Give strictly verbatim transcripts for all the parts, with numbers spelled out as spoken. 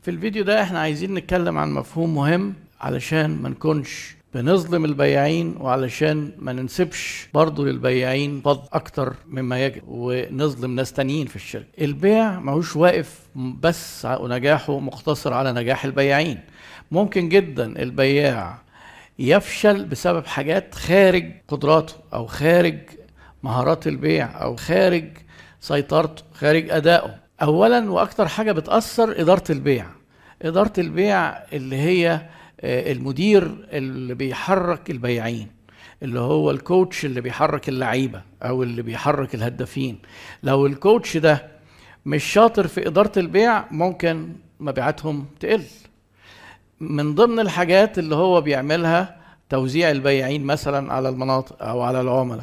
في الفيديو ده احنا عايزين نتكلم عن مفهوم مهم علشان ما نكونش بنظلم البياعين، وعلشان ما ننسبش برضو للبياعين فضل اكتر مما يجب ونظلم ناس تانيين في الشركة. البيع ماهوش واقف بس ونجاحه مقتصر على نجاح البياعين. ممكن جدا البياع يفشل بسبب حاجات خارج قدراته او خارج مهارات البيع او خارج سيطرته، خارج ادائه. اولا واكتر حاجة بتأثر ادارة البيع. ادارة البيع اللي هي المدير اللي بيحرك البياعين، اللي هو الكوتش اللي بيحرك اللعيبة او اللي بيحرك الهدافين. لو الكوتش ده مش شاطر في ادارة البيع ممكن مبيعاتهم تقل. من ضمن الحاجات اللي هو بيعملها توزيع البياعين مثلا على المناطق او على العملاء.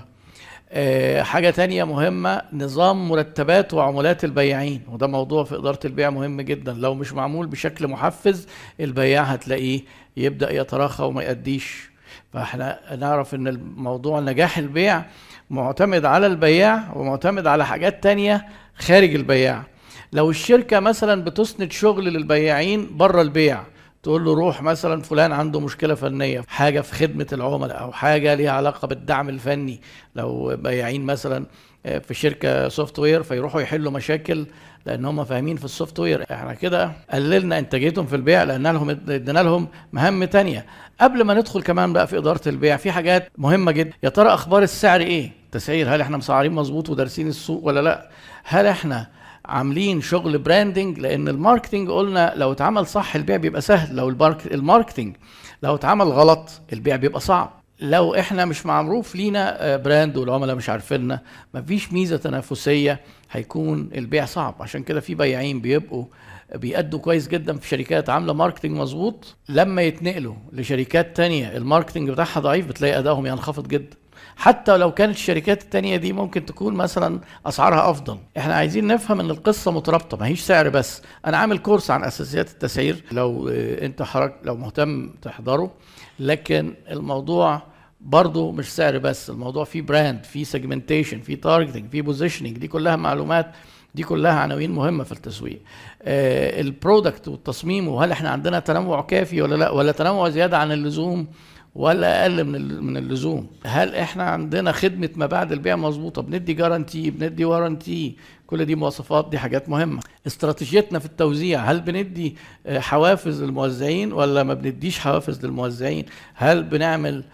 أه حاجة تانية مهمة، نظام مرتبات وعمولات البياعين، وده موضوع في إدارة البيع مهم جدا. لو مش معمول بشكل محفز البياع هتلاقيه يبدأ يتراخى وما يأديش. فاحنا نعرف ان الموضوع نجاح البيع معتمد على البياع ومعتمد على حاجات تانية خارج البياع. لو الشركة مثلا بتسند شغل للبياعين بره البيع، تقول له روح مثلا فلان عنده مشكلة فنية، حاجة في خدمة العملاء أو حاجة ليها علاقة بالدعم الفني. لو بياعين مثلا في شركة سوفت وير فيروحوا يحلوا مشاكل لأن هم فاهمين في السوفت وير، احنا كده قللنا انتاجيتهم في البيع لأن لهم ادينا لهم مهام تانية. قبل ما ندخل كمان بقى في إدارة البيع في حاجات مهمة جدا. يا ترى أخبار السعر إيه؟ تسعير، هل احنا مسعرين مظبوط ودارسين السوق ولا لا؟ هل احنا عاملين شغل براندنج؟ لان الماركتنج قلنا لو اتعمل صح البيع بيبقى سهل، لو الماركتنج لو اتعمل غلط البيع بيبقى صعب. لو احنا مش معروف لينا براند والعملاء مش عارفيننا، مفيش ميزة تنافسية، هيكون البيع صعب. عشان كده في بياعين بيبقوا بيأدوا كويس جدا في شركات عاملة ماركتنج مظبوط، لما يتنقلوا لشركات تانية الماركتنج بتاعها ضعيف بتلاقي أدائهم ينخفض جدا، حتى لو كانت الشركات التانية دي ممكن تكون مثلا أسعارها أفضل. احنا عايزين نفهم ان القصة مترابطة، ما هيش سعر بس. أنا عامل كورس عن أساسيات التسعير لو انت حرك لو مهتم تحضره، لكن الموضوع برضو مش سعر بس، الموضوع فيه براند، فيه سيجمنتيشن، فيه تارجتنج، فيه بوزيشننج. دي كلها معلومات، دي كلها عناوين مهمة في التسويق. آه البرودكت والتصميم، وهل احنا عندنا تنوع كافي ولا لا، ولا تنوع زيادة عن اللزوم ولا اقل من من اللزوم. هل احنا عندنا خدمه ما بعد البيع مظبوطه، بندي جارانتي، بندي وارانتي. كل دي مواصفات، دي حاجات مهمه. استراتيجيتنا في التوزيع، هل بندي حوافز للموزعين ولا ما بنديش حوافز للموزعين؟ هل بنعمل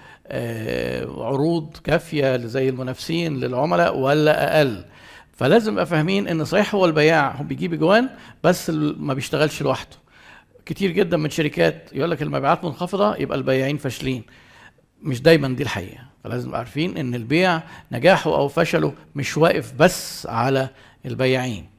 عروض كافيه زي المنافسين للعملاء ولا اقل؟ فلازم نبقى فاهمين ان صحيح هو البياع هو بيجيب اجوان بس ما بيشتغلش لوحده. كتير جدا من شركات يقول لك المبيعات منخفضه يبقى البياعين فاشلين، مش دايما دي الحقيقه. فلازم نبقى عارفين ان البيع نجاحه او فشله مش واقف بس على البياعين.